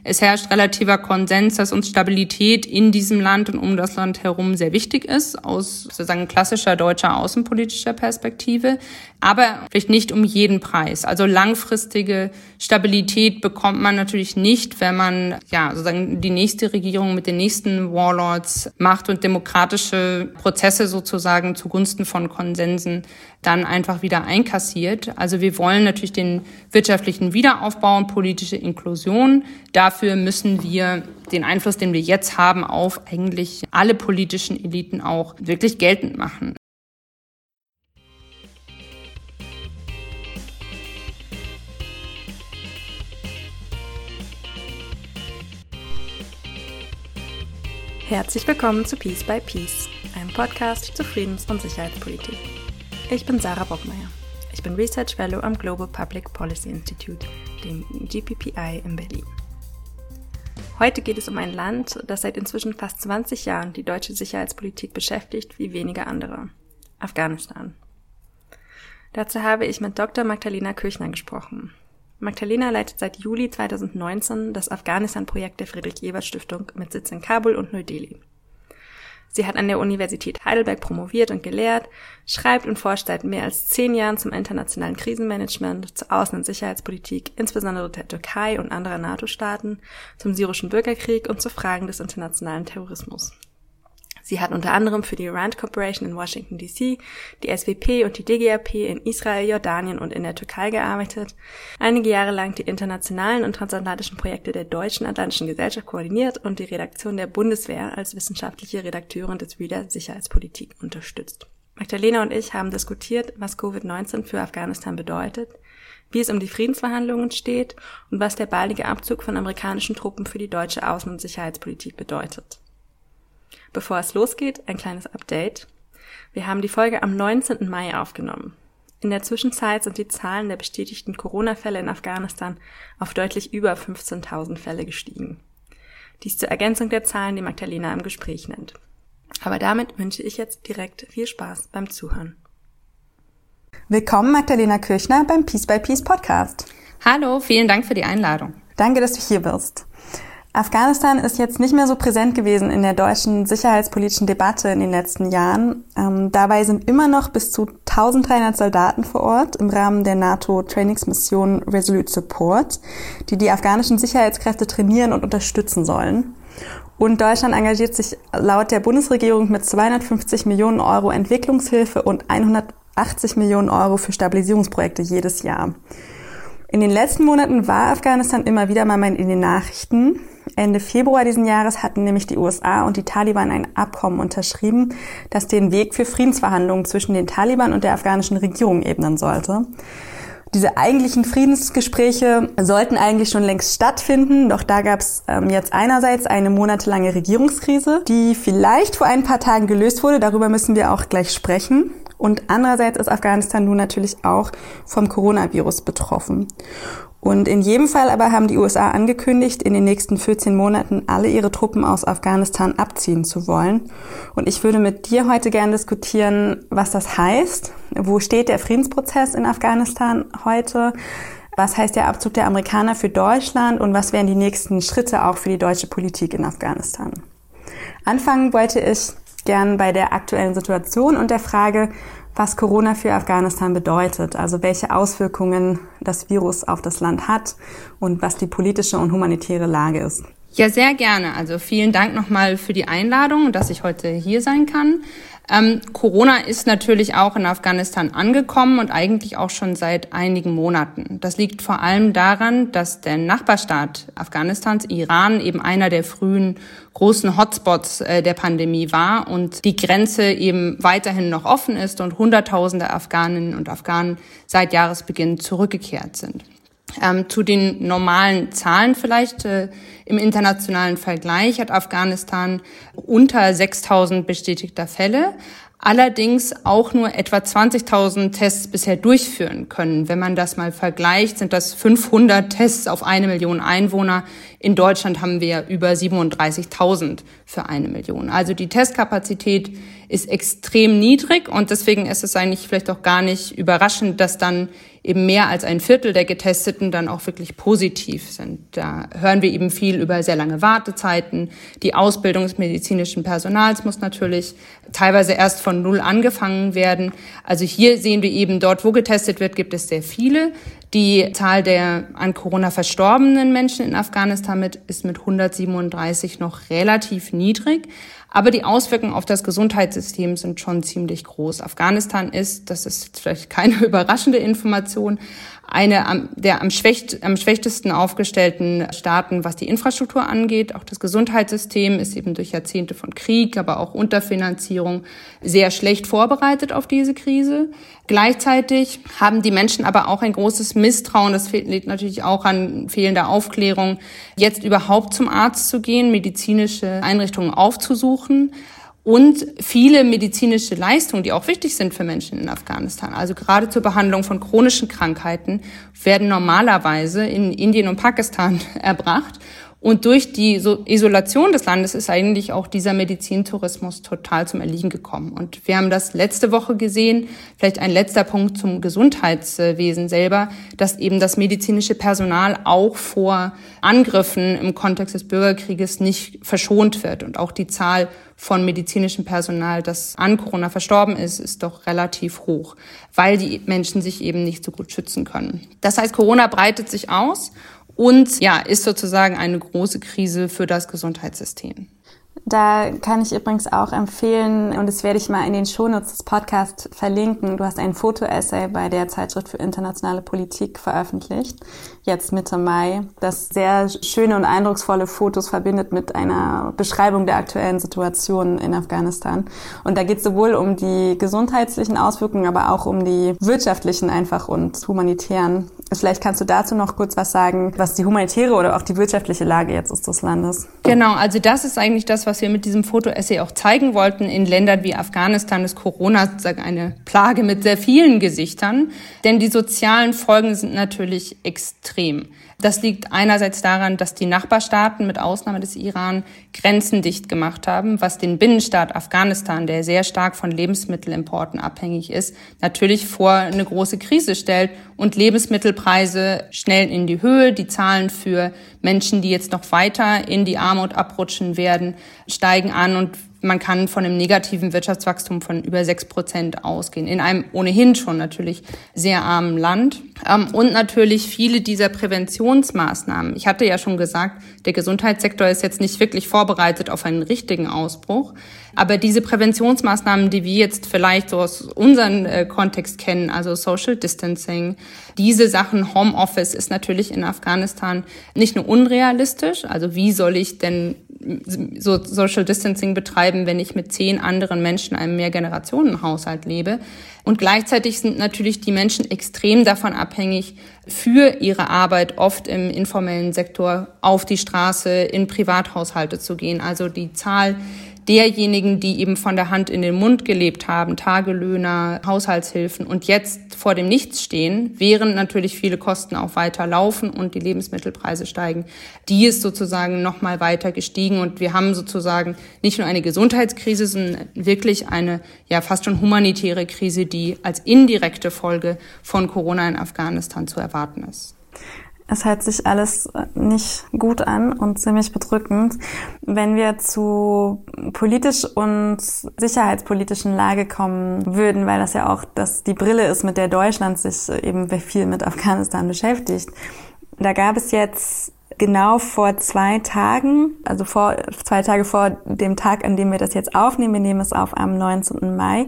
Es herrscht relativer Konsens, dass uns Stabilität in diesem Land und um das Land herum sehr wichtig ist, aus sozusagen klassischer deutscher außenpolitischer Perspektive, aber vielleicht nicht um jeden Preis. Also langfristige Stabilität bekommt man natürlich nicht, wenn man sozusagen die nächste Regierung mit den nächsten Warlords macht und demokratische Prozesse sozusagen zugunsten von Konsensen dann einfach wieder einkassiert. Also wir wollen natürlich den wirtschaftlichen Wiederaufbau und politische Inklusion. Dafür müssen wir den Einfluss, den wir jetzt haben, auf eigentlich alle politischen Eliten auch wirklich geltend machen. Herzlich willkommen zu Peace by Peace, einem Podcast zur Friedens- und Sicherheitspolitik. Ich bin Sarah Bockmeier. Ich bin Research Fellow am Global Public Policy Institute, dem GPPI in Berlin. Heute geht es um ein Land, das seit inzwischen fast 20 Jahren die deutsche Sicherheitspolitik beschäftigt wie wenige andere: Afghanistan. Dazu habe ich mit Dr. Magdalena Küchner gesprochen. Magdalena leitet seit Juli 2019 das Afghanistan-Projekt der Friedrich-Ebert-Stiftung mit Sitz in Kabul und Neu-Delhi. Sie hat an der Universität Heidelberg promoviert und gelehrt, schreibt und forscht seit mehr als 10 Jahren zum internationalen Krisenmanagement, zur Außen- und Sicherheitspolitik, insbesondere der Türkei und anderer NATO-Staaten, zum syrischen Bürgerkrieg und zu Fragen des internationalen Terrorismus. Sie hat unter anderem für die RAND Corporation in Washington D.C., die SWP und die DGAP in Israel, Jordanien und in der Türkei gearbeitet, einige Jahre lang die internationalen und transatlantischen Projekte der Deutschen Atlantischen Gesellschaft koordiniert und die Redaktion der Bundeswehr als wissenschaftliche Redakteurin des Reader Sicherheitspolitik unterstützt. Magdalena und ich haben diskutiert, was Covid-19 für Afghanistan bedeutet, wie es um die Friedensverhandlungen steht und was der baldige Abzug von amerikanischen Truppen für die deutsche Außen- und Sicherheitspolitik bedeutet. Bevor es losgeht, ein kleines Update. Wir haben die Folge am 19. Mai aufgenommen. In der Zwischenzeit sind die Zahlen der bestätigten Corona-Fälle in Afghanistan auf deutlich über 15.000 Fälle gestiegen. Dies zur Ergänzung der Zahlen, die Magdalena im Gespräch nennt. Aber damit wünsche ich jetzt direkt viel Spaß beim Zuhören. Willkommen Magdalena Küchner beim Peace by Peace Podcast. Hallo, vielen Dank für die Einladung. Danke, dass du hier bist. Afghanistan ist jetzt nicht mehr so präsent gewesen in der deutschen sicherheitspolitischen Debatte in den letzten Jahren. Dabei sind immer noch bis zu 1300 Soldaten vor Ort im Rahmen der NATO-Trainingsmission Resolute Support, die die afghanischen Sicherheitskräfte trainieren und unterstützen sollen. Und Deutschland engagiert sich laut der Bundesregierung mit 250 Millionen Euro Entwicklungshilfe und 180 Millionen Euro für Stabilisierungsprojekte jedes Jahr. In den letzten Monaten war Afghanistan immer wieder mal in den Nachrichten. Ende Februar diesen Jahres hatten nämlich die USA und die Taliban ein Abkommen unterschrieben, das den Weg für Friedensverhandlungen zwischen den Taliban und der afghanischen Regierung ebnen sollte. Diese eigentlichen Friedensgespräche sollten eigentlich schon längst stattfinden, doch da gab es jetzt einerseits eine monatelange Regierungskrise, die vielleicht vor ein paar Tagen gelöst wurde, darüber müssen wir auch gleich sprechen. Und andererseits ist Afghanistan nun natürlich auch vom Coronavirus betroffen. Und in jedem Fall aber haben die USA angekündigt, in den nächsten 14 Monaten alle ihre Truppen aus Afghanistan abziehen zu wollen. Und ich würde mit dir heute gerne diskutieren, was das heißt. Wo steht der Friedensprozess in Afghanistan heute? Was heißt der Abzug der Amerikaner für Deutschland? Und was wären die nächsten Schritte auch für die deutsche Politik in Afghanistan? Anfangen wollte ich gern bei der aktuellen Situation und der Frage, was Corona für Afghanistan bedeutet, also welche Auswirkungen das Virus auf das Land hat und was die politische und humanitäre Lage ist. Ja, sehr gerne. Also vielen Dank nochmal für die Einladung, dass ich heute hier sein kann. Corona ist natürlich auch in Afghanistan angekommen und eigentlich auch schon seit einigen Monaten. Das liegt vor allem daran, dass der Nachbarstaat Afghanistans, Iran, eben einer der frühen großen Hotspots der Pandemie war und die Grenze eben weiterhin noch offen ist und Hunderttausende Afghaninnen und Afghanen seit Jahresbeginn zurückgekehrt sind. Zu den normalen Zahlen vielleicht im internationalen Vergleich hat Afghanistan unter 6.000 bestätigter Fälle, allerdings auch nur etwa 20.000 Tests bisher durchführen können. Wenn man das mal vergleicht, sind das 500 Tests auf 1 Million Einwohner. In Deutschland haben wir über 37.000 für 1 Million. Also die Testkapazität ist extrem niedrig und deswegen ist es eigentlich vielleicht auch gar nicht überraschend, dass dann eben mehr als ein Viertel der Getesteten dann auch wirklich positiv sind. Da hören wir eben viel über sehr lange Wartezeiten. Die Ausbildung des medizinischen Personals muss natürlich teilweise erst von Null angefangen werden. Also hier sehen wir eben, dort, wo getestet wird, gibt es sehr viele. Die Zahl der an Corona verstorbenen Menschen in Afghanistan ist mit 137 noch relativ niedrig. Aber die Auswirkungen auf das Gesundheitssystem sind schon ziemlich groß. Afghanistan ist, das ist jetzt vielleicht keine überraschende Information, eine der am schwächtesten aufgestellten Staaten, was die Infrastruktur angeht. Auch das Gesundheitssystem ist eben durch Jahrzehnte von Krieg, aber auch Unterfinanzierung sehr schlecht vorbereitet auf diese Krise. Gleichzeitig haben die Menschen aber auch ein großes Misstrauen. Das liegt natürlich auch an fehlender Aufklärung, jetzt überhaupt zum Arzt zu gehen, medizinische Einrichtungen aufzusuchen. Und viele medizinische Leistungen, die auch wichtig sind für Menschen in Afghanistan, also gerade zur Behandlung von chronischen Krankheiten, werden normalerweise in Indien und Pakistan erbracht. Und durch die Isolation des Landes ist eigentlich auch dieser Medizintourismus total zum Erliegen gekommen. Und wir haben das letzte Woche gesehen, vielleicht ein letzter Punkt zum Gesundheitswesen selber, dass eben das medizinische Personal auch vor Angriffen im Kontext des Bürgerkrieges nicht verschont wird. Und auch die Zahl von medizinischem Personal, das an Corona verstorben ist doch relativ hoch, weil die Menschen sich eben nicht so gut schützen können. Das heißt, Corona breitet sich aus und ja, ist sozusagen eine große Krise für das Gesundheitssystem. Da kann ich übrigens auch empfehlen, und das werde ich mal in den Shownotes des Podcasts verlinken, du hast ein Foto-Essay bei der Zeitschrift für internationale Politik veröffentlicht, jetzt Mitte Mai, das sehr schöne und eindrucksvolle Fotos verbindet mit einer Beschreibung der aktuellen Situation in Afghanistan. Und da geht es sowohl um die gesundheitlichen Auswirkungen, aber auch um die wirtschaftlichen einfach und humanitären. Vielleicht kannst du dazu noch kurz was sagen, was die humanitäre oder auch die wirtschaftliche Lage jetzt ist des Landes. Genau, also das ist eigentlich das, was wir mit diesem Foto-Essay auch zeigen wollten. In Ländern wie Afghanistan ist Corona sozusagen eine Plage mit sehr vielen Gesichtern, denn die sozialen Folgen sind natürlich extrem. Das liegt einerseits daran, dass die Nachbarstaaten mit Ausnahme des Iran Grenzen dicht gemacht haben, was den Binnenstaat Afghanistan, der sehr stark von Lebensmittelimporten abhängig ist, natürlich vor eine große Krise stellt und Lebensmittelpreise schnell in die Höhe. Die Zahlen für Menschen, die jetzt noch weiter in die Armut abrutschen werden, steigen an und man kann von einem negativen Wirtschaftswachstum von über 6% ausgehen, in einem ohnehin schon natürlich sehr armen Land. Und natürlich viele dieser Präventionsmaßnahmen. Ich hatte ja schon gesagt, der Gesundheitssektor ist jetzt nicht wirklich vorbereitet auf einen richtigen Ausbruch. Aber diese Präventionsmaßnahmen, die wir jetzt vielleicht so aus unserem Kontext kennen, also Social Distancing, diese Sachen, Homeoffice ist natürlich in Afghanistan nicht nur unrealistisch. Also wie soll ich denn so Social Distancing betreiben, wenn ich mit 10 anderen Menschen in einem Mehrgenerationenhaushalt lebe? Und gleichzeitig sind natürlich die Menschen extrem davon abhängig, für ihre Arbeit oft im informellen Sektor auf die Straße, in Privathaushalte zu gehen. Also die Zahl derjenigen, die eben von der Hand in den Mund gelebt haben, Tagelöhner, Haushaltshilfen und jetzt vor dem Nichts stehen, während natürlich viele Kosten auch weiter laufen und die Lebensmittelpreise steigen, die ist sozusagen noch mal weiter gestiegen und wir haben sozusagen nicht nur eine Gesundheitskrise, sondern wirklich eine ja fast schon humanitäre Krise, die als indirekte Folge von Corona in Afghanistan zu erwarten ist. Es hört sich alles nicht gut an und ziemlich bedrückend. Wenn wir zu politisch und sicherheitspolitischen Lage kommen würden, weil das ja auch die Brille ist, mit der Deutschland sich eben viel mit Afghanistan beschäftigt. Da gab es jetzt genau vor 2 Tagen, also 2 Tage vor dem Tag, an dem wir das jetzt aufnehmen, wir nehmen es auf am 19. Mai,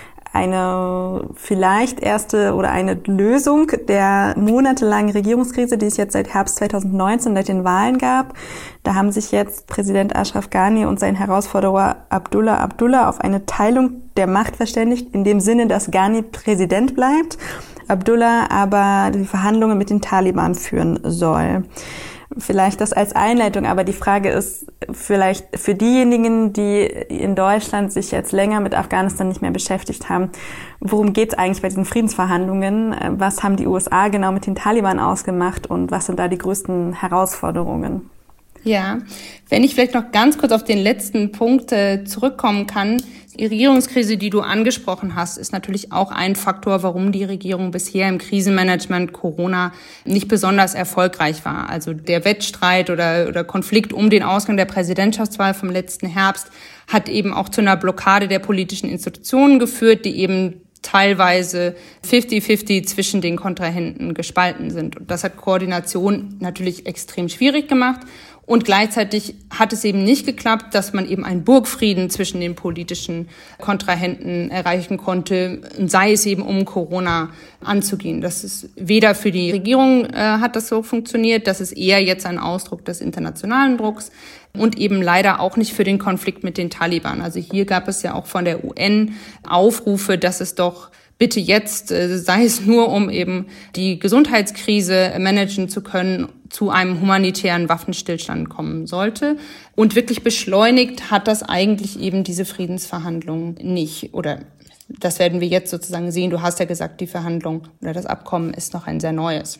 eine vielleicht erste oder eine Lösung der monatelangen Regierungskrise, die es jetzt seit Herbst 2019 seit den Wahlen gab. Da haben sich jetzt Präsident Ashraf Ghani und sein Herausforderer Abdullah auf eine Teilung der Macht verständigt, in dem Sinne, dass Ghani Präsident bleibt, Abdullah aber die Verhandlungen mit den Taliban führen soll. Vielleicht das als Einleitung, aber die Frage ist vielleicht für diejenigen, die in Deutschland sich jetzt länger mit Afghanistan nicht mehr beschäftigt haben, worum geht es eigentlich bei diesen Friedensverhandlungen? Was haben die USA genau mit den Taliban ausgemacht und was sind da die größten Herausforderungen? Ja, wenn ich vielleicht noch ganz kurz auf den letzten Punkt zurückkommen kann. Die Regierungskrise, die du angesprochen hast, ist natürlich auch ein Faktor, warum die Regierung bisher im Krisenmanagement Corona nicht besonders erfolgreich war. Also der Wettstreit oder Konflikt um den Ausgang der Präsidentschaftswahl vom letzten Herbst hat eben auch zu einer Blockade der politischen Institutionen geführt, die eben teilweise 50-50 zwischen den Kontrahenten gespalten sind. Und das hat Koordination natürlich extrem schwierig gemacht. Und gleichzeitig hat es eben nicht geklappt, dass man eben einen Burgfrieden zwischen den politischen Kontrahenten erreichen konnte, sei es eben um Corona anzugehen. Das ist weder für die Regierung hat das so funktioniert, das ist eher jetzt ein Ausdruck des internationalen Drucks und eben leider auch nicht für den Konflikt mit den Taliban. Also hier gab es ja auch von der UN Aufrufe, dass es doch bitte jetzt, sei es nur, um eben die Gesundheitskrise managen zu können, zu einem humanitären Waffenstillstand kommen sollte. Und wirklich beschleunigt hat das eigentlich eben diese Friedensverhandlungen nicht. Oder das werden wir jetzt sozusagen sehen. Du hast ja gesagt, die Verhandlung oder das Abkommen ist noch ein sehr neues.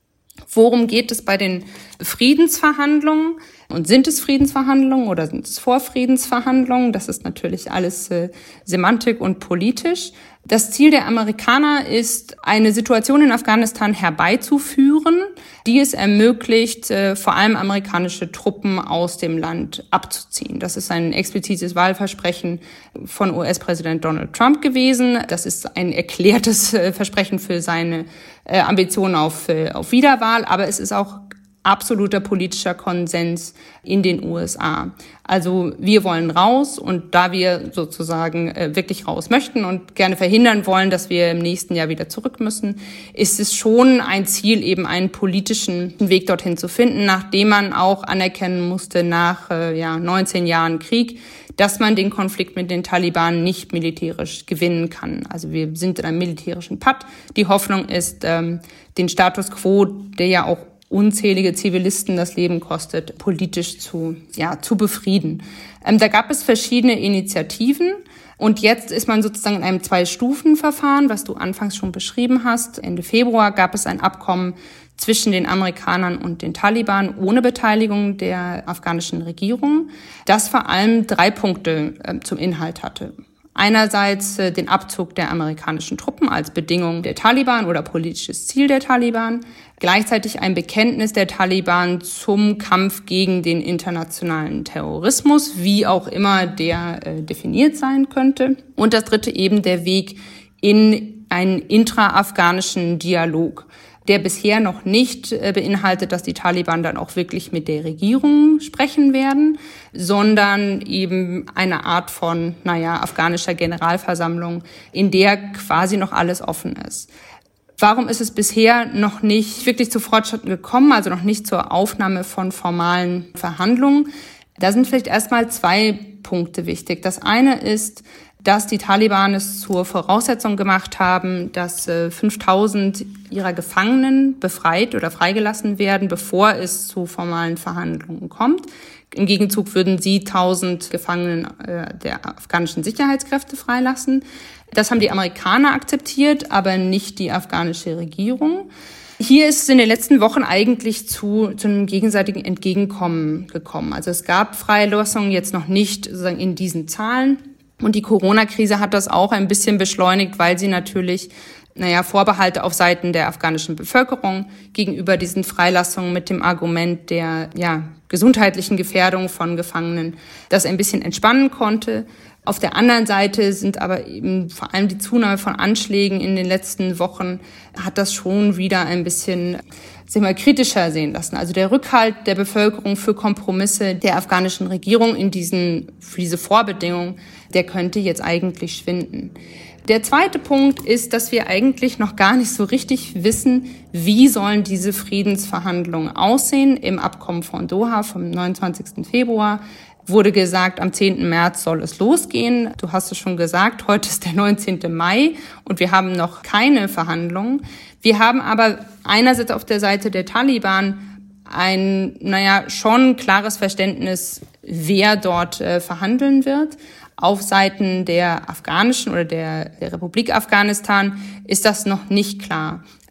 Worum geht es bei den Friedensverhandlungen? Und sind es Friedensverhandlungen oder sind es Vorfriedensverhandlungen? Das ist natürlich alles Semantik und politisch. Das Ziel der Amerikaner ist, eine Situation in Afghanistan herbeizuführen, die es ermöglicht, vor allem amerikanische Truppen aus dem Land abzuziehen. Das ist ein explizites Wahlversprechen von US-Präsident Donald Trump gewesen. Das ist ein erklärtes Versprechen für seine Ambitionen auf Wiederwahl, aber es ist auch absoluter politischer Konsens in den USA. Also wir wollen raus und da wir sozusagen wirklich raus möchten und gerne verhindern wollen, dass wir im nächsten Jahr wieder zurück müssen, ist es schon ein Ziel, eben einen politischen Weg dorthin zu finden, nachdem man auch anerkennen musste nach 19 Jahren Krieg, dass man den Konflikt mit den Taliban nicht militärisch gewinnen kann. Also wir sind in einem militärischen Patt. Die Hoffnung ist, den Status quo, der ja auch unzählige Zivilisten das Leben kostet, politisch zu befrieden. Da gab es verschiedene Initiativen und jetzt ist man sozusagen in einem 2-Stufen-Verfahren, was du anfangs schon beschrieben hast. Ende Februar gab es ein Abkommen zwischen den Amerikanern und den Taliban ohne Beteiligung der afghanischen Regierung, das vor allem 3 Punkte zum Inhalt hatte. Einerseits den Abzug der amerikanischen Truppen als Bedingung der Taliban oder politisches Ziel der Taliban, gleichzeitig ein Bekenntnis der Taliban zum Kampf gegen den internationalen Terrorismus, wie auch immer der definiert sein könnte. Und das dritte eben der Weg in einen intra-afghanischen Dialog, der bisher noch nicht beinhaltet, dass die Taliban dann auch wirklich mit der Regierung sprechen werden, sondern eben eine Art von, afghanischer Generalversammlung, in der quasi noch alles offen ist. Warum ist es bisher noch nicht wirklich zu Fortschritten gekommen, also noch nicht zur Aufnahme von formalen Verhandlungen? Da sind vielleicht erstmal 2 Punkte wichtig. Das eine ist, dass die Taliban es zur Voraussetzung gemacht haben, dass 5.000 ihrer Gefangenen befreit oder freigelassen werden, bevor es zu formalen Verhandlungen kommt. Im Gegenzug würden sie 1.000 Gefangenen der afghanischen Sicherheitskräfte freilassen. Das haben die Amerikaner akzeptiert, aber nicht die afghanische Regierung. Hier ist es in den letzten Wochen eigentlich zu einem gegenseitigen Entgegenkommen gekommen. Also es gab Freilassungen, jetzt noch nicht sozusagen in diesen Zahlen. Und die Corona-Krise hat das auch ein bisschen beschleunigt, weil sie natürlich Vorbehalte auf Seiten der afghanischen Bevölkerung gegenüber diesen Freilassungen mit dem Argument der gesundheitlichen Gefährdung von Gefangenen das ein bisschen entspannen konnte. Auf der anderen Seite sind aber eben vor allem die Zunahme von Anschlägen in den letzten Wochen hat das schon wieder ein bisschen kritischer sehen lassen. Also der Rückhalt der Bevölkerung für Kompromisse der afghanischen Regierung für diese Vorbedingungen, der könnte jetzt eigentlich schwinden. Der zweite Punkt ist, dass wir eigentlich noch gar nicht so richtig wissen, wie sollen diese Friedensverhandlungen aussehen. Im Abkommen von Doha vom 29. Februar wurde gesagt, am 10. März soll es losgehen. Du hast es schon gesagt, heute ist der 19. Mai und wir haben noch keine Verhandlungen. Wir haben aber einerseits auf der Seite der Taliban ein, schon klares Verständnis, wer dort verhandeln wird. Auf Seiten der afghanischen oder der Republik Afghanistan ist das noch nicht klar.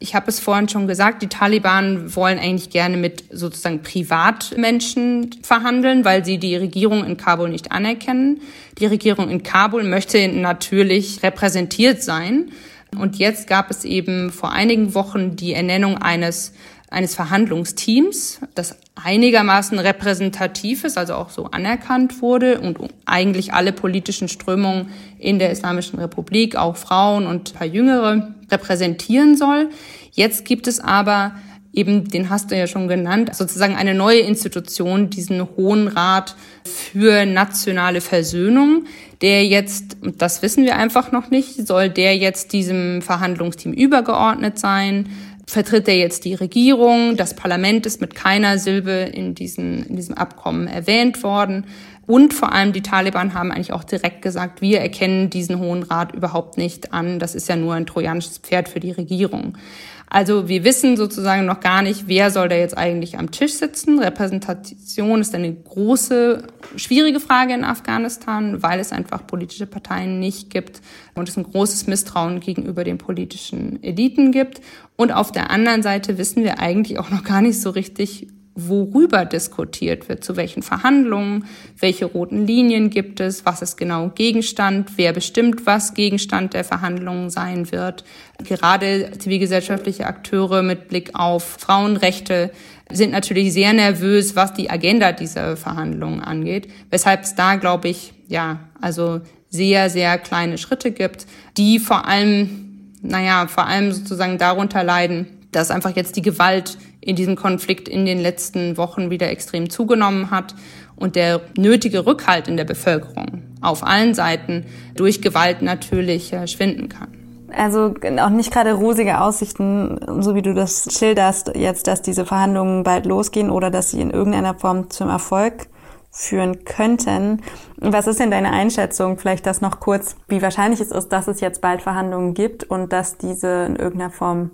Ich habe es vorhin schon gesagt, die Taliban wollen eigentlich gerne mit sozusagen Privatmenschen verhandeln, weil sie die Regierung in Kabul nicht anerkennen. Die Regierung in Kabul möchte natürlich repräsentiert sein. Und jetzt gab es eben vor einigen Wochen die Ernennung eines Verhandlungsteams, das einigermaßen repräsentativ ist, also auch so anerkannt wurde und eigentlich alle politischen Strömungen in der Islamischen Republik, auch Frauen und ein paar Jüngere, repräsentieren soll. Jetzt gibt es aber eben, den hast du ja schon genannt, sozusagen eine neue Institution, diesen Hohen Rat für nationale Versöhnung, der jetzt, das wissen wir einfach noch nicht, soll der jetzt diesem Verhandlungsteam übergeordnet sein? Vertritt er jetzt die Regierung? Das Parlament ist mit keiner Silbe in diesem Abkommen erwähnt worden. Und vor allem die Taliban haben eigentlich auch direkt gesagt, wir erkennen diesen Hohen Rat überhaupt nicht an. Das ist ja nur ein trojanisches Pferd für die Regierung. Also wir wissen sozusagen noch gar nicht, wer soll da jetzt eigentlich am Tisch sitzen. Repräsentation ist eine große, schwierige Frage in Afghanistan, weil es einfach politische Parteien nicht gibt und es ein großes Misstrauen gegenüber den politischen Eliten gibt. Und auf der anderen Seite wissen wir eigentlich auch noch gar nicht so richtig, worüber diskutiert wird, zu welchen Verhandlungen, welche roten Linien gibt es, was ist genau Gegenstand, wer bestimmt, was Gegenstand der Verhandlungen sein wird. Gerade zivilgesellschaftliche Akteure mit Blick auf Frauenrechte sind natürlich sehr nervös, was die Agenda dieser Verhandlungen angeht, weshalb es da, glaube ich, also sehr, sehr kleine Schritte gibt, die vor allem sozusagen darunter leiden, dass einfach jetzt die Gewalt in diesem Konflikt in den letzten Wochen wieder extrem zugenommen hat und der nötige Rückhalt in der Bevölkerung auf allen Seiten durch Gewalt natürlich schwinden kann. Also auch nicht gerade rosige Aussichten, so wie du das schilderst, jetzt, dass diese Verhandlungen bald losgehen oder dass sie in irgendeiner Form zum Erfolg führen könnten. Was ist denn deine Einschätzung, vielleicht das noch kurz, wie wahrscheinlich es ist, dass es jetzt bald Verhandlungen gibt und dass diese in irgendeiner Form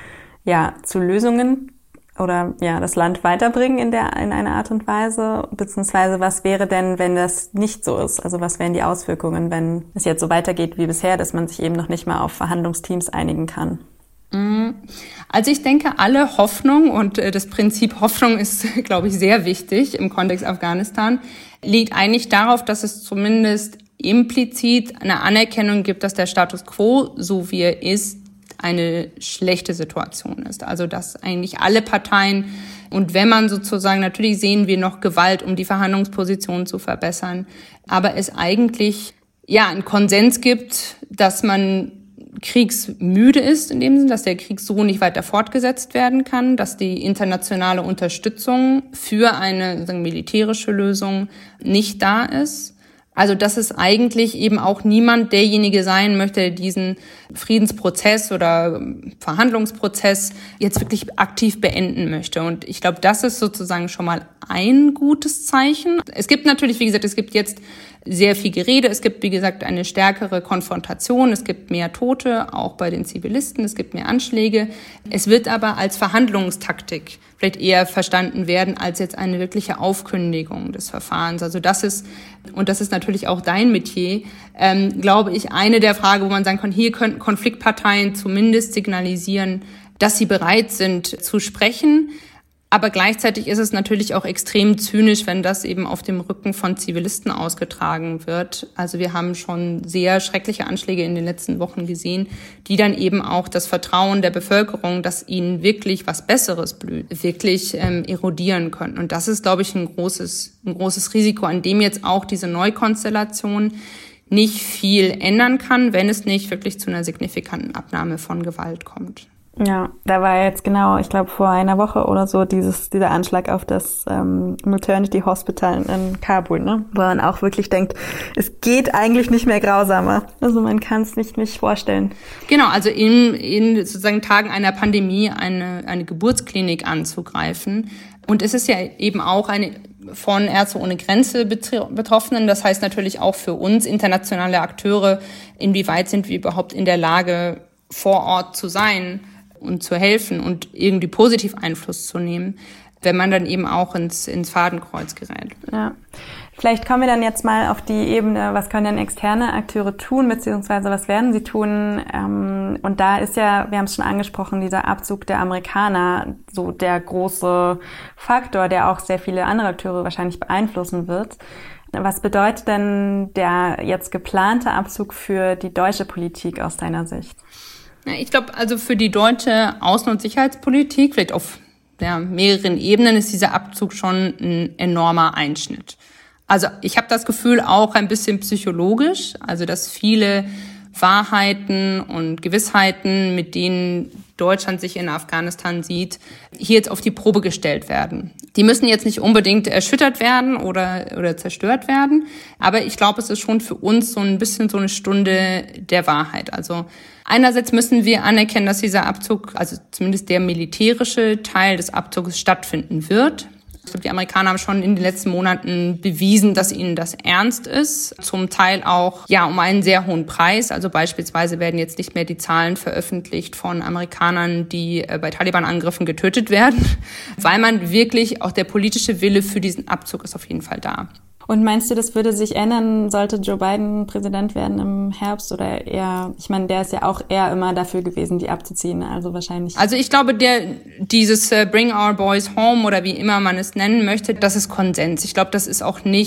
zu Lösungen oder das Land weiterbringen in einer Art und Weise, beziehungsweise was wäre denn, wenn das nicht so ist? Also was wären die Auswirkungen, wenn es jetzt so weitergeht wie bisher, dass man sich eben noch nicht mal auf Verhandlungsteams einigen kann? Also ich denke, alle Hoffnung und das Prinzip Hoffnung ist, glaube ich, sehr wichtig im Kontext Afghanistan, liegt eigentlich darauf, dass es zumindest implizit eine Anerkennung gibt, dass der Status quo, so wie er ist, eine schlechte Situation ist. Also dass eigentlich alle Parteien, und wenn man sozusagen, natürlich sehen wir noch Gewalt, um die Verhandlungsposition zu verbessern, aber es eigentlich einen Konsens gibt, dass man kriegsmüde ist, in dem Sinne, dass der Krieg so nicht weiter fortgesetzt werden kann, dass die internationale Unterstützung für eine sozusagen militärische Lösung nicht da ist. Also dass es eigentlich eben auch niemand derjenige sein möchte, der diesen Friedensprozess oder Verhandlungsprozess jetzt wirklich aktiv beenden möchte. Und ich glaube, das ist sozusagen schon mal ein gutes Zeichen. Es gibt natürlich, wie gesagt, es gibt jetzt sehr viel Gerede. Es gibt, wie gesagt, eine stärkere Konfrontation. Es gibt mehr Tote, auch bei den Zivilisten. Es gibt mehr Anschläge. Es wird aber als Verhandlungstaktik vielleicht eher verstanden werden als jetzt eine wirkliche Aufkündigung des Verfahrens. Also das ist natürlich auch dein Metier, glaube ich, eine der Fragen, wo man sagen kann, hier könnten Konfliktparteien zumindest signalisieren, dass sie bereit sind zu sprechen. Aber gleichzeitig ist es natürlich auch extrem zynisch, wenn das eben auf dem Rücken von Zivilisten ausgetragen wird. Also wir haben schon sehr schreckliche Anschläge in den letzten Wochen gesehen, die dann eben auch das Vertrauen der Bevölkerung, dass ihnen wirklich was Besseres blüht, wirklich erodieren können. Und das ist, glaube ich, ein großes Risiko, an dem jetzt auch diese Neukonstellation nicht viel ändern kann, wenn es nicht wirklich zu einer signifikanten Abnahme von Gewalt kommt. Ja, da war jetzt genau, ich glaube vor einer Woche oder so dieser Anschlag auf das Maternity Hospital in Kabul, ne? Wo man auch wirklich denkt, es geht eigentlich nicht mehr grausamer. Also man kann es nicht vorstellen. Genau, also in sozusagen Tagen einer Pandemie eine Geburtsklinik anzugreifen. Und es ist ja eben auch eine von Ärzte ohne Grenze Betroffenen. Das heißt natürlich auch für uns internationale Akteure, inwieweit sind wir überhaupt in der Lage, vor Ort zu sein und zu helfen und irgendwie positiv Einfluss zu nehmen. wenn man dann eben auch ins Fadenkreuz gerät. Ja. Vielleicht kommen wir dann jetzt mal auf die Ebene, was können denn externe Akteure tun, beziehungsweise was werden sie tun? Und da ist ja, wir haben es schon angesprochen, dieser Abzug der Amerikaner so der große Faktor, der auch sehr viele andere Akteure wahrscheinlich beeinflussen wird. Was bedeutet denn der jetzt geplante Abzug für die deutsche Politik aus deiner Sicht? Ich glaube, also für die deutsche Außen- und Sicherheitspolitik, vielleicht auf mehreren Ebenen, ist dieser Abzug schon ein enormer Einschnitt. Also ich habe das Gefühl auch ein bisschen psychologisch, also dass viele Wahrheiten und Gewissheiten, mit denen Deutschland sich in Afghanistan sieht, hier jetzt auf die Probe gestellt werden. Die müssen jetzt nicht unbedingt erschüttert werden oder zerstört werden, aber ich glaube, es ist schon für uns so ein bisschen so eine Stunde der Wahrheit. Also einerseits müssen wir anerkennen, dass dieser Abzug, also zumindest der militärische Teil des Abzuges stattfinden wird. Ich glaube, die Amerikaner haben schon in den letzten Monaten bewiesen, dass ihnen das ernst ist. Zum Teil auch, um einen sehr hohen Preis. Also beispielsweise werden jetzt nicht mehr die Zahlen veröffentlicht von Amerikanern, die bei Taliban-Angriffen getötet werden, weil man wirklich, auch der politische Wille für diesen Abzug ist auf jeden Fall da. Und meinst du, das würde sich ändern, sollte Joe Biden Präsident werden im Herbst oder eher, ich meine, der ist ja auch eher immer dafür gewesen, die abzuziehen, also wahrscheinlich. Also ich glaube, dieses Bring Our Boys Home oder wie immer man es nennen möchte, das ist Konsens. Ich glaube, das ist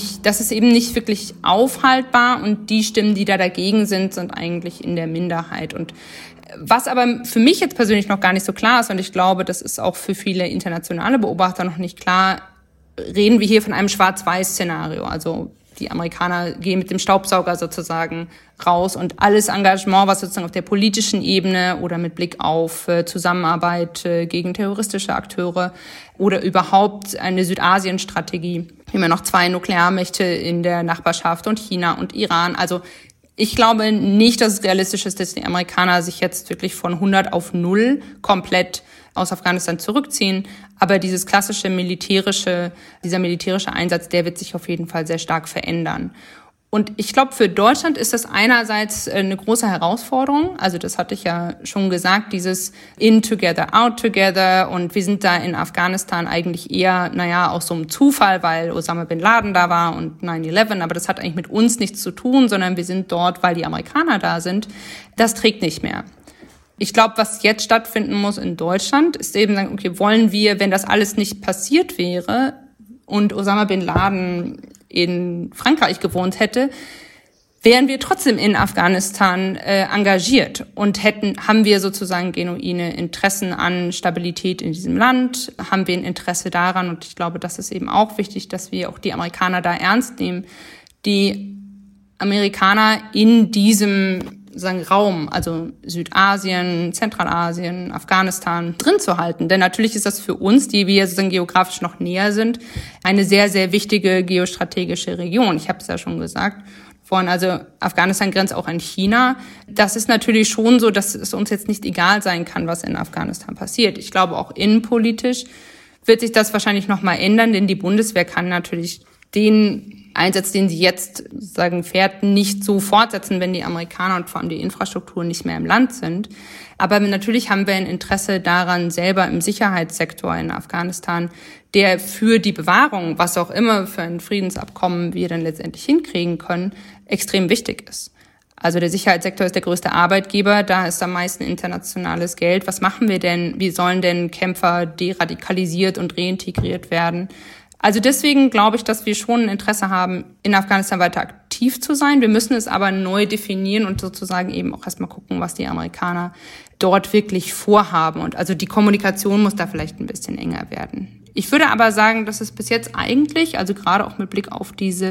eben nicht wirklich aufhaltbar und die Stimmen, die da dagegen sind eigentlich in der Minderheit. Und was aber für mich jetzt persönlich noch gar nicht so klar ist und ich glaube, das ist auch für viele internationale Beobachter noch nicht klar, reden wir hier von einem Schwarz-Weiß-Szenario. Also die Amerikaner gehen mit dem Staubsauger sozusagen raus und alles Engagement, was sozusagen auf der politischen Ebene oder mit Blick auf Zusammenarbeit gegen terroristische Akteure oder überhaupt eine Südasien-Strategie. Wir haben ja noch 2 Nuklearmächte in der Nachbarschaft und China und Iran. Also ich glaube nicht, dass es realistisch ist, dass die Amerikaner sich jetzt wirklich von 100 auf 0 komplett aus Afghanistan zurückziehen. Aber dieser militärische Einsatz, der wird sich auf jeden Fall sehr stark verändern. Und ich glaube, für Deutschland ist das einerseits eine große Herausforderung. Also das hatte ich ja schon gesagt, dieses in together, out together. Und wir sind da in Afghanistan eigentlich eher, aus so einem Zufall, weil Osama bin Laden da war und 9/11. Aber das hat eigentlich mit uns nichts zu tun, sondern wir sind dort, weil die Amerikaner da sind. Das trägt nicht mehr. Ich glaube, was jetzt stattfinden muss in Deutschland, ist eben sagen, okay, wollen wir, wenn das alles nicht passiert wäre und Osama bin Laden in Frankreich gewohnt hätte, wären wir trotzdem in Afghanistan engagiert und haben wir sozusagen genuine Interessen an Stabilität in diesem Land, haben wir ein Interesse daran und ich glaube, das ist eben auch wichtig, dass wir auch die Amerikaner da ernst nehmen, die Amerikaner in diesem Raum, also Südasien, Zentralasien, Afghanistan drin zu halten. Denn natürlich ist das für uns, die wir sozusagen geografisch noch näher sind, eine sehr, sehr wichtige geostrategische Region. Ich habe es ja schon gesagt vorhin, also Afghanistan grenzt auch an China. Das ist natürlich schon so, dass es uns jetzt nicht egal sein kann, was in Afghanistan passiert. Ich glaube, auch innenpolitisch wird sich das wahrscheinlich noch mal ändern, denn die Bundeswehr kann natürlich den Einsatz, den sie jetzt fährt, nicht so fortsetzen, wenn die Amerikaner und vor allem die Infrastruktur nicht mehr im Land sind. Aber natürlich haben wir ein Interesse daran, selber im Sicherheitssektor in Afghanistan, der für die Bewahrung, was auch immer für ein Friedensabkommen wir dann letztendlich hinkriegen können, extrem wichtig ist. Also der Sicherheitssektor ist der größte Arbeitgeber, da ist am meisten internationales Geld. Was machen wir denn? Wie sollen denn Kämpfer deradikalisiert und reintegriert werden? Also deswegen glaube ich, dass wir schon ein Interesse haben, in Afghanistan weiter aktiv zu sein. Wir müssen es aber neu definieren und sozusagen eben auch erstmal gucken, was die Amerikaner dort wirklich vorhaben. Und also die Kommunikation muss da vielleicht ein bisschen enger werden. Ich würde aber sagen, dass es bis jetzt eigentlich, also gerade auch mit Blick auf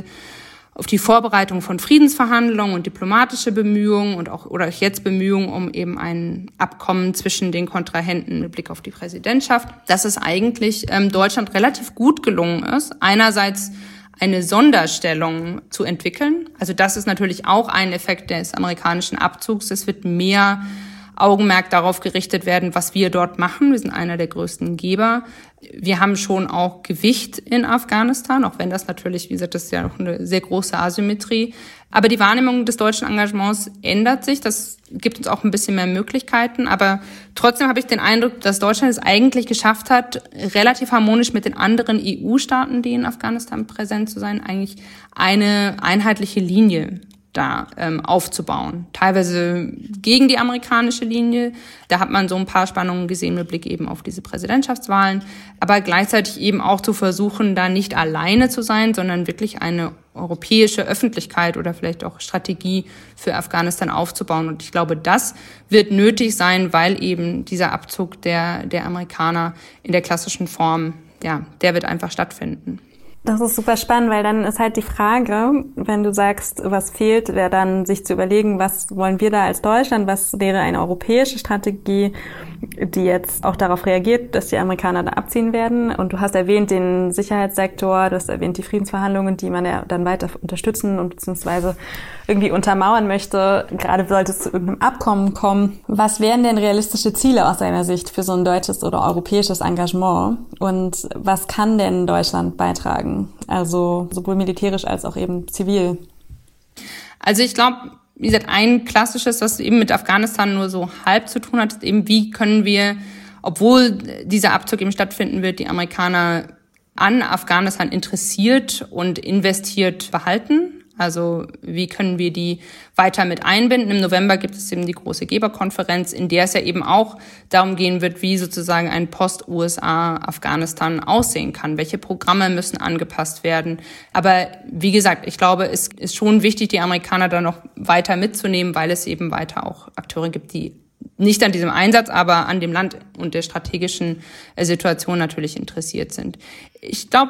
die Vorbereitung von Friedensverhandlungen und diplomatische Bemühungen und auch oder jetzt Bemühungen um eben ein Abkommen zwischen den Kontrahenten mit Blick auf die Präsidentschaft, dass es eigentlich Deutschland relativ gut gelungen ist, einerseits eine Sonderstellung zu entwickeln. Also das ist natürlich auch ein Effekt des amerikanischen Abzugs. Es wird mehr Augenmerk darauf gerichtet werden, was wir dort machen. Wir sind einer der größten Geber. Wir haben schon auch Gewicht in Afghanistan, auch wenn das natürlich, wie gesagt, das ist ja noch eine sehr große Asymmetrie. Aber die Wahrnehmung des deutschen Engagements ändert sich. Das gibt uns auch ein bisschen mehr Möglichkeiten. Aber trotzdem habe ich den Eindruck, dass Deutschland es eigentlich geschafft hat, relativ harmonisch mit den anderen EU-Staaten, die in Afghanistan präsent zu sein, eigentlich eine einheitliche Linie da aufzubauen. Teilweise gegen die amerikanische Linie. Da hat man so ein paar Spannungen gesehen mit Blick eben auf diese Präsidentschaftswahlen. Aber gleichzeitig eben auch zu versuchen, da nicht alleine zu sein, sondern wirklich eine europäische Öffentlichkeit oder vielleicht auch Strategie für Afghanistan aufzubauen. Und ich glaube, das wird nötig sein, weil eben dieser Abzug der Amerikaner in der klassischen Form, ja, der wird einfach stattfinden. Das ist super spannend, weil dann ist halt die Frage, wenn du sagst, was fehlt, wäre dann sich zu überlegen, was wollen wir da als Deutschland, was wäre eine europäische Strategie, die jetzt auch darauf reagiert, dass die Amerikaner da abziehen werden. Und du hast erwähnt den Sicherheitssektor, du hast erwähnt die Friedensverhandlungen, die man ja dann weiter unterstützen und beziehungsweise irgendwie untermauern möchte, gerade sollte es zu irgendeinem Abkommen kommen. Was wären denn realistische Ziele aus deiner Sicht für so ein deutsches oder europäisches Engagement? Und was kann denn Deutschland beitragen? Also sowohl militärisch als auch eben zivil. Also ich glaube, wie gesagt, ein klassisches, was eben mit Afghanistan nur so halb zu tun hat, ist eben, wie können wir, obwohl dieser Abzug eben stattfinden wird, die Amerikaner an Afghanistan interessiert und investiert behalten. Also wie können wir die weiter mit einbinden? Im November gibt es eben die große Geberkonferenz, in der es ja eben auch darum gehen wird, wie sozusagen ein Post-USA-Afghanistan aussehen kann. Welche Programme müssen angepasst werden? Aber wie gesagt, ich glaube, es ist schon wichtig, die Amerikaner da noch weiter mitzunehmen, weil es eben weiter auch Akteure gibt, die nicht an diesem Einsatz, aber an dem Land und der strategischen Situation natürlich interessiert sind. Ich glaube,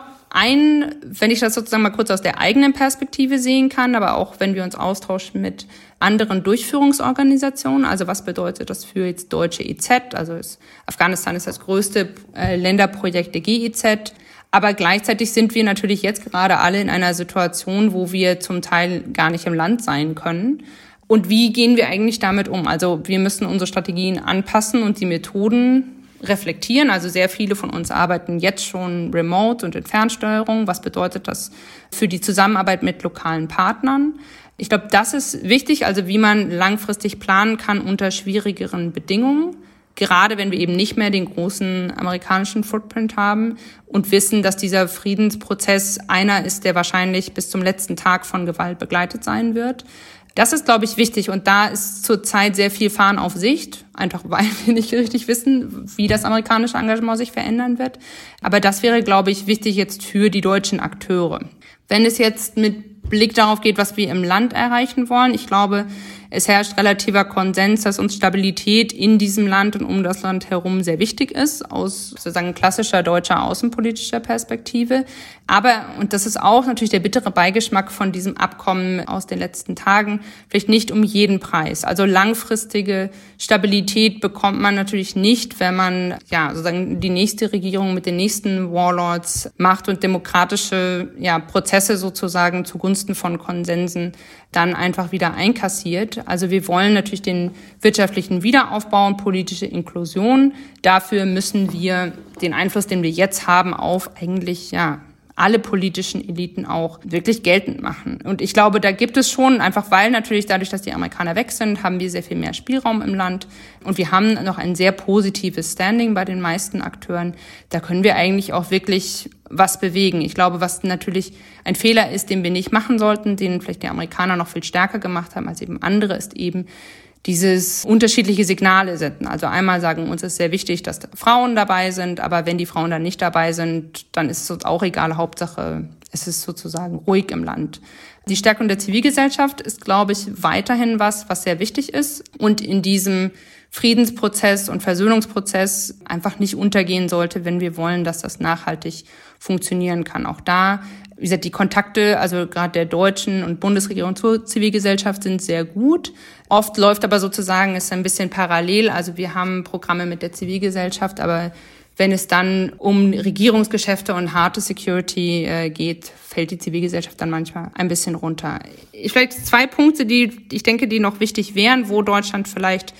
wenn ich das sozusagen mal kurz aus der eigenen Perspektive sehen kann, aber auch wenn wir uns austauschen mit anderen Durchführungsorganisationen, also was bedeutet das für jetzt deutsche EZ, also Afghanistan ist das größte Länderprojekt der GEZ, aber gleichzeitig sind wir natürlich jetzt gerade alle in einer Situation, wo wir zum Teil gar nicht im Land sein können. Und wie gehen wir eigentlich damit um? Also wir müssen unsere Strategien anpassen und die Methoden reflektieren. Also sehr viele von uns arbeiten jetzt schon remote und in Fernsteuerung. Was bedeutet das für die Zusammenarbeit mit lokalen Partnern? Ich glaube, das ist wichtig, also wie man langfristig planen kann unter schwierigeren Bedingungen. Gerade wenn wir eben nicht mehr den großen amerikanischen Footprint haben und wissen, dass dieser Friedensprozess einer ist, der wahrscheinlich bis zum letzten Tag von Gewalt begleitet sein wird. Das ist, glaube ich, wichtig. Und da ist zurzeit sehr viel Fahren auf Sicht, einfach weil wir nicht richtig wissen, wie das amerikanische Engagement sich verändern wird. Aber das wäre, glaube ich, wichtig jetzt für die deutschen Akteure. Wenn es jetzt mit Blick darauf geht, was wir im Land erreichen wollen, ich glaube, es herrscht relativer Konsens, dass uns Stabilität in diesem Land und um das Land herum sehr wichtig ist, aus sozusagen klassischer deutscher außenpolitischer Perspektive. Aber, und das ist auch natürlich der bittere Beigeschmack von diesem Abkommen aus den letzten Tagen, vielleicht nicht um jeden Preis. Also langfristige Stabilität bekommt man natürlich nicht, wenn man ja sozusagen die nächste Regierung mit den nächsten Warlords macht und demokratische Prozesse sozusagen zugunsten von Konsensen dann einfach wieder einkassiert. Also wir wollen natürlich den wirtschaftlichen Wiederaufbau und politische Inklusion. Dafür müssen wir den Einfluss, den wir jetzt haben, auf eigentlich alle politischen Eliten auch wirklich geltend machen. Und ich glaube, da gibt es schon, einfach weil natürlich dadurch, dass die Amerikaner weg sind, haben wir sehr viel mehr Spielraum im Land. Und wir haben noch ein sehr positives Standing bei den meisten Akteuren. Da können wir eigentlich auch wirklich was bewegen. Ich glaube, was natürlich ein Fehler ist, den wir nicht machen sollten, den vielleicht die Amerikaner noch viel stärker gemacht haben als eben andere, ist eben dieses unterschiedliche Signale senden. Also einmal sagen, uns ist sehr wichtig, dass Frauen dabei sind, aber wenn die Frauen dann nicht dabei sind, dann ist es uns auch egal. Hauptsache, es ist sozusagen ruhig im Land. Die Stärkung der Zivilgesellschaft ist, glaube ich, weiterhin was sehr wichtig ist und in diesem Friedensprozess und Versöhnungsprozess einfach nicht untergehen sollte, wenn wir wollen, dass das nachhaltig funktionieren kann. Auch da, wie gesagt, die Kontakte, also gerade der deutschen und Bundesregierung zur Zivilgesellschaft sind sehr gut. Oft läuft aber sozusagen, ist ein bisschen parallel. Also wir haben Programme mit der Zivilgesellschaft, aber wenn es dann um Regierungsgeschäfte und harte Security geht, fällt die Zivilgesellschaft dann manchmal ein bisschen runter. Vielleicht 2 Punkte, die ich denke, die noch wichtig wären, wo Deutschland vielleicht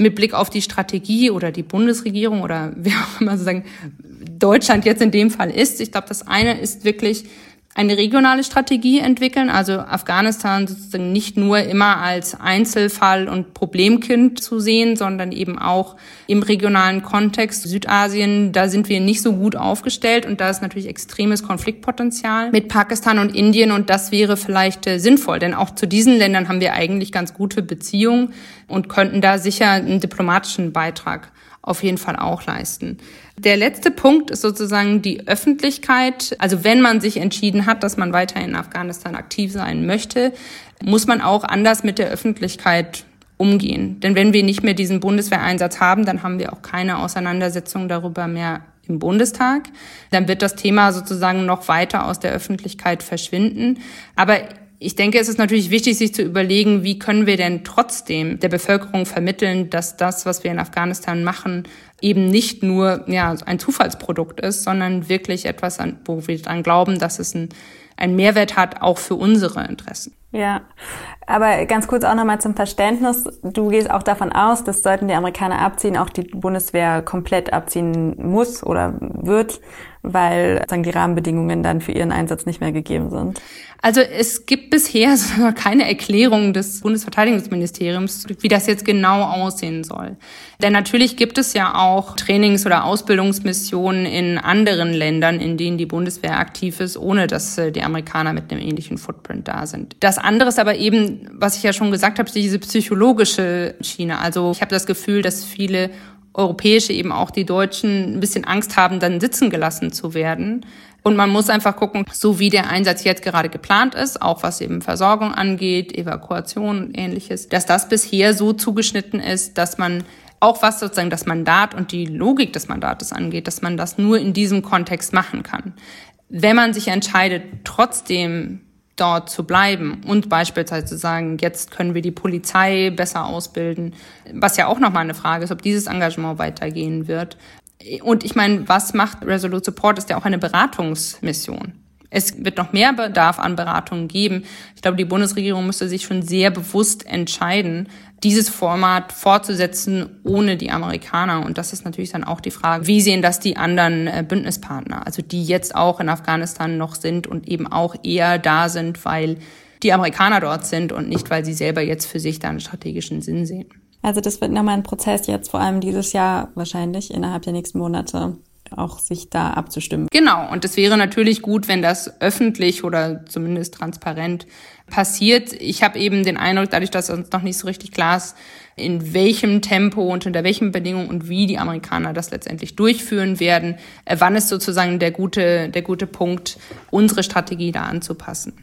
mit Blick auf die Strategie oder die Bundesregierung oder wer auch immer sozusagen Deutschland jetzt in dem Fall ist. Ich glaube, das eine ist wirklich eine regionale Strategie entwickeln, also Afghanistan sozusagen nicht nur immer als Einzelfall und Problemkind zu sehen, sondern eben auch im regionalen Kontext. Südasien, da sind wir nicht so gut aufgestellt und da ist natürlich extremes Konfliktpotenzial mit Pakistan und Indien und das wäre vielleicht sinnvoll, denn auch zu diesen Ländern haben wir eigentlich ganz gute Beziehungen und könnten da sicher einen diplomatischen Beitrag auf jeden Fall auch leisten. Der letzte Punkt ist sozusagen die Öffentlichkeit. Also wenn man sich entschieden hat, dass man weiter in Afghanistan aktiv sein möchte, muss man auch anders mit der Öffentlichkeit umgehen. Denn wenn wir nicht mehr diesen Bundeswehreinsatz haben, dann haben wir auch keine Auseinandersetzung darüber mehr im Bundestag. Dann wird das Thema sozusagen noch weiter aus der Öffentlichkeit verschwinden. Aber ich denke, es ist natürlich wichtig, sich zu überlegen, wie können wir denn trotzdem der Bevölkerung vermitteln, dass das, was wir in Afghanistan machen, eben nicht nur ein Zufallsprodukt ist, sondern wirklich etwas, wo wir dran glauben, dass es einen Mehrwert hat, auch für unsere Interessen. Ja, aber ganz kurz auch nochmal zum Verständnis. Du gehst auch davon aus, dass sollten die Amerikaner abziehen, auch die Bundeswehr komplett abziehen muss oder wird, weil sozusagen die Rahmenbedingungen dann für ihren Einsatz nicht mehr gegeben sind. Also es gibt bisher keine Erklärung des Bundesverteidigungsministeriums, wie das jetzt genau aussehen soll. Denn natürlich gibt es ja auch Trainings- oder Ausbildungsmissionen in anderen Ländern, in denen die Bundeswehr aktiv ist, ohne dass die Amerikaner mit einem ähnlichen Footprint da sind. Das andere ist aber eben, was ich ja schon gesagt habe, diese psychologische Schiene. Also ich habe das Gefühl, dass viele Europäische, eben auch die Deutschen, ein bisschen Angst haben, dann sitzen gelassen zu werden. Und man muss einfach gucken, so wie der Einsatz jetzt gerade geplant ist, auch was eben Versorgung angeht, Evakuation und Ähnliches, dass das bisher so zugeschnitten ist, dass man auch was sozusagen das Mandat und die Logik des Mandates angeht, dass man das nur in diesem Kontext machen kann. Wenn man sich entscheidet, trotzdem dort zu bleiben und beispielsweise zu sagen, jetzt können wir die Polizei besser ausbilden, was ja auch nochmal eine Frage ist, ob dieses Engagement weitergehen wird. Und ich meine, was macht Resolute Support? Ist ja auch eine Beratungsmission. Es wird noch mehr Bedarf an Beratungen geben. Ich glaube, die Bundesregierung müsste sich schon sehr bewusst entscheiden, dieses Format fortzusetzen ohne die Amerikaner. Und das ist natürlich dann auch die Frage, wie sehen das die anderen Bündnispartner, also die jetzt auch in Afghanistan noch sind und eben auch eher da sind, weil die Amerikaner dort sind und nicht, weil sie selber jetzt für sich da einen strategischen Sinn sehen. Also das wird nochmal ein Prozess jetzt, vor allem dieses Jahr wahrscheinlich, innerhalb der nächsten Monate auch sich da abzustimmen. Genau, und es wäre natürlich gut, wenn das öffentlich oder zumindest transparent passiert. Ich habe eben den Eindruck, dadurch, dass uns noch nicht so richtig klar ist, in welchem Tempo und unter welchen Bedingungen und wie die Amerikaner das letztendlich durchführen werden, wann ist sozusagen der gute Punkt, unsere Strategie da anzupassen.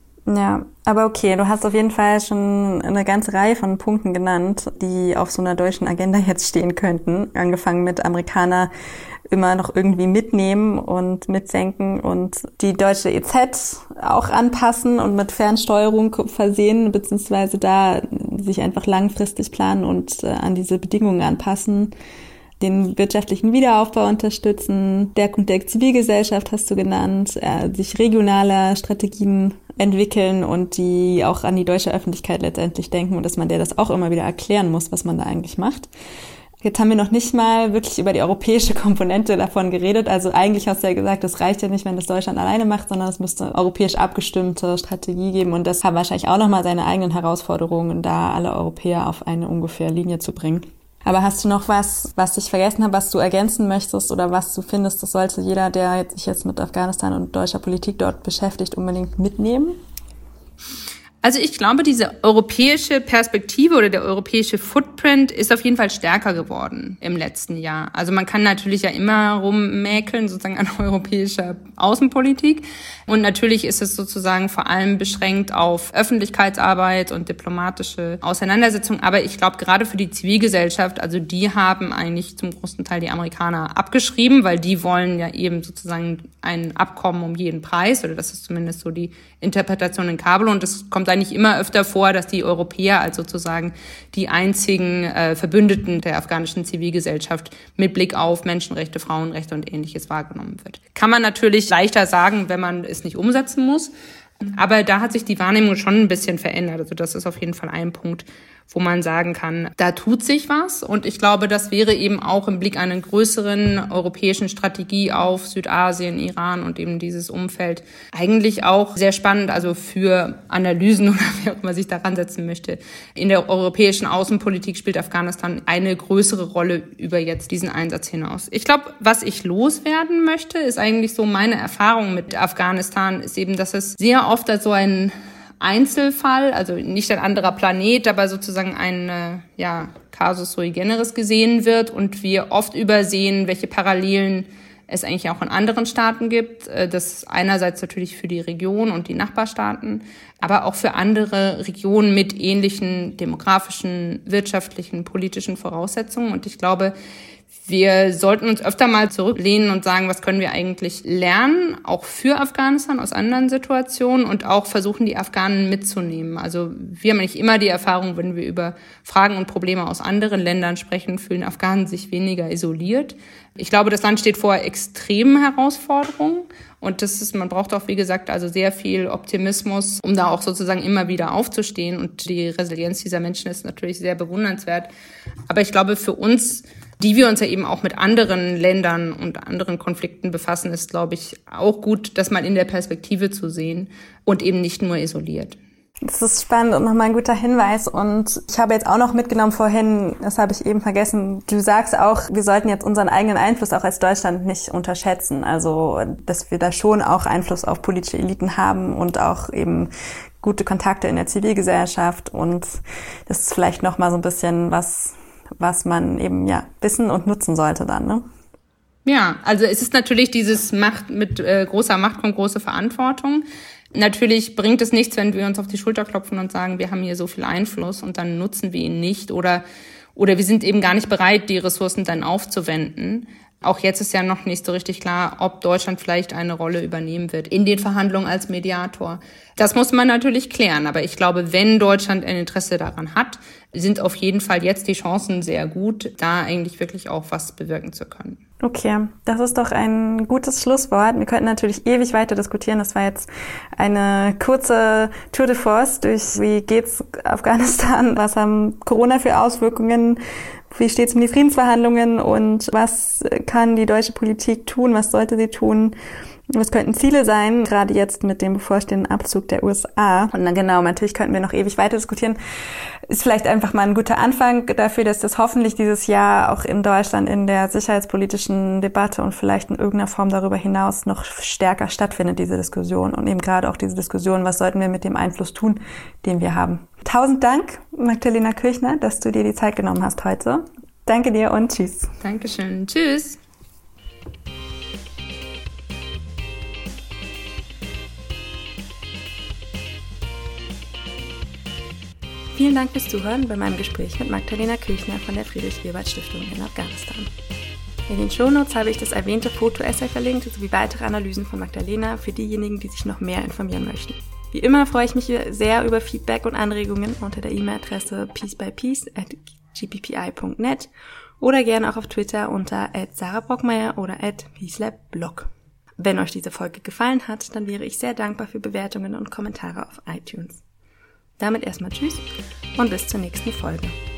Ja, aber okay, du hast auf jeden Fall schon eine ganze Reihe von Punkten genannt, die auf so einer deutschen Agenda jetzt stehen könnten. Angefangen mit Amerikaner immer noch irgendwie mitnehmen und mitsenken und die deutsche EZ auch anpassen und mit Fernsteuerung versehen, beziehungsweise da sich einfach langfristig planen und an diese Bedingungen anpassen. Den wirtschaftlichen Wiederaufbau unterstützen, Stärkung der Zivilgesellschaft hast du genannt, sich regionale Strategien entwickeln und die auch an die deutsche Öffentlichkeit letztendlich denken und dass man der das auch immer wieder erklären muss, was man da eigentlich macht. Jetzt haben wir noch nicht mal wirklich über die europäische Komponente davon geredet. Also eigentlich hast du ja gesagt, es reicht ja nicht, wenn das Deutschland alleine macht, sondern es müsste europäisch abgestimmte Strategie geben. Und das hat wahrscheinlich auch nochmal seine eigenen Herausforderungen, da alle Europäer auf eine ungefähre Linie zu bringen. Aber hast du noch was ich vergessen habe, was du ergänzen möchtest oder was du findest, das sollte jeder, der sich jetzt mit Afghanistan und deutscher Politik dort beschäftigt, unbedingt mitnehmen? Also ich glaube, diese europäische Perspektive oder der europäische Footprint ist auf jeden Fall stärker geworden im letzten Jahr. Also man kann natürlich ja immer rummäkeln sozusagen an europäischer Außenpolitik. Und natürlich ist es sozusagen vor allem beschränkt auf Öffentlichkeitsarbeit und diplomatische Auseinandersetzungen. Aber ich glaube, gerade für die Zivilgesellschaft, also die haben eigentlich zum großen Teil die Amerikaner abgeschrieben, weil die wollen ja eben sozusagen ein Abkommen um jeden Preis. Oder das ist zumindest so die Interpretation in Kabul. Und es kommt eigentlich immer öfter vor, dass die Europäer als sozusagen die einzigen Verbündeten der afghanischen Zivilgesellschaft mit Blick auf Menschenrechte, Frauenrechte und Ähnliches wahrgenommen wird. Kann man natürlich leichter sagen, wenn man es nicht umsetzen muss. Aber da hat sich die Wahrnehmung schon ein bisschen verändert. Also das ist auf jeden Fall ein Punkt, wo man sagen kann, da tut sich was. Und ich glaube, das wäre eben auch im Blick einer größeren europäischen Strategie auf Südasien, Iran und eben dieses Umfeld eigentlich auch sehr spannend, also für Analysen oder wer auch immer sich daran setzen möchte. In der europäischen Außenpolitik spielt Afghanistan eine größere Rolle über jetzt diesen Einsatz hinaus. Ich glaube, was ich loswerden möchte, ist eigentlich so meine Erfahrung mit Afghanistan, ist eben, dass es sehr oft als so ein Einzelfall, also nicht ein anderer Planet, aber sozusagen ein Casus sui generis gesehen wird und wir oft übersehen, welche Parallelen es eigentlich auch in anderen Staaten gibt. Das einerseits natürlich für die Region und die Nachbarstaaten, aber auch für andere Regionen mit ähnlichen demografischen, wirtschaftlichen, politischen Voraussetzungen. Und ich glaube, wir sollten uns öfter mal zurücklehnen und sagen, was können wir eigentlich lernen, auch für Afghanistan aus anderen Situationen und auch versuchen, die Afghanen mitzunehmen. Also wir haben nicht immer die Erfahrung, wenn wir über Fragen und Probleme aus anderen Ländern sprechen, fühlen Afghanen sich weniger isoliert. Ich glaube, das Land steht vor extremen Herausforderungen und man braucht auch, wie gesagt, also sehr viel Optimismus, um da auch sozusagen immer wieder aufzustehen und die Resilienz dieser Menschen ist natürlich sehr bewundernswert. Aber ich glaube, für uns, die wir uns ja eben auch mit anderen Ländern und anderen Konflikten befassen, ist, glaube ich, auch gut, das mal in der Perspektive zu sehen und eben nicht nur isoliert. Das ist spannend und nochmal ein guter Hinweis. Und ich habe jetzt auch noch mitgenommen vorhin, das habe ich eben vergessen, du sagst auch, wir sollten jetzt unseren eigenen Einfluss auch als Deutschland nicht unterschätzen. Also, dass wir da schon auch Einfluss auf politische Eliten haben und auch eben gute Kontakte in der Zivilgesellschaft. Und das ist vielleicht nochmal so ein bisschen was man eben wissen und nutzen sollte dann, ne? Ja, also es ist natürlich dieses Macht, mit großer Macht kommt große Verantwortung. Natürlich bringt es nichts, wenn wir uns auf die Schulter klopfen und sagen, wir haben hier so viel Einfluss und dann nutzen wir ihn nicht oder wir sind eben gar nicht bereit, die Ressourcen dann aufzuwenden. Auch jetzt ist ja noch nicht so richtig klar, ob Deutschland vielleicht eine Rolle übernehmen wird in den Verhandlungen als Mediator. Das muss man natürlich klären. Aber ich glaube, wenn Deutschland ein Interesse daran hat, sind auf jeden Fall jetzt die Chancen sehr gut, da eigentlich wirklich auch was bewirken zu können. Okay, das ist doch ein gutes Schlusswort. Wir könnten natürlich ewig weiter diskutieren. Das war jetzt eine kurze Tour de Force durch, wie geht's Afghanistan, was haben Corona für Auswirkungen, wie steht's um die Friedensverhandlungen und was kann die deutsche Politik tun, was sollte sie tun, was könnten Ziele sein, gerade jetzt mit dem bevorstehenden Abzug der USA. Und dann genau, natürlich könnten wir noch ewig weiter diskutieren. Ist vielleicht einfach mal ein guter Anfang dafür, dass das hoffentlich dieses Jahr auch in Deutschland in der sicherheitspolitischen Debatte und vielleicht in irgendeiner Form darüber hinaus noch stärker stattfindet, diese Diskussion. Und eben gerade auch diese Diskussion, was sollten wir mit dem Einfluss tun, den wir haben. 1000 Dank, Magdalena Kirchner, dass du dir die Zeit genommen hast heute. Danke dir und tschüss. Dankeschön. Tschüss. Vielen Dank fürs Zuhören bei meinem Gespräch mit Magdalena Kirchner von der Friedrich-Ebert-Stiftung in Afghanistan. In den Shownotes habe ich das erwähnte Foto-Essay verlinkt, sowie weitere Analysen von Magdalena für diejenigen, die sich noch mehr informieren möchten. Wie immer freue ich mich sehr über Feedback und Anregungen unter der E-Mail-Adresse piecebypiece@gppi.net oder gerne auch auf Twitter unter @sarahbrockmeier oder @peacelabblog. Wenn euch diese Folge gefallen hat, dann wäre ich sehr dankbar für Bewertungen und Kommentare auf iTunes. Damit erstmal tschüss und bis zur nächsten Folge.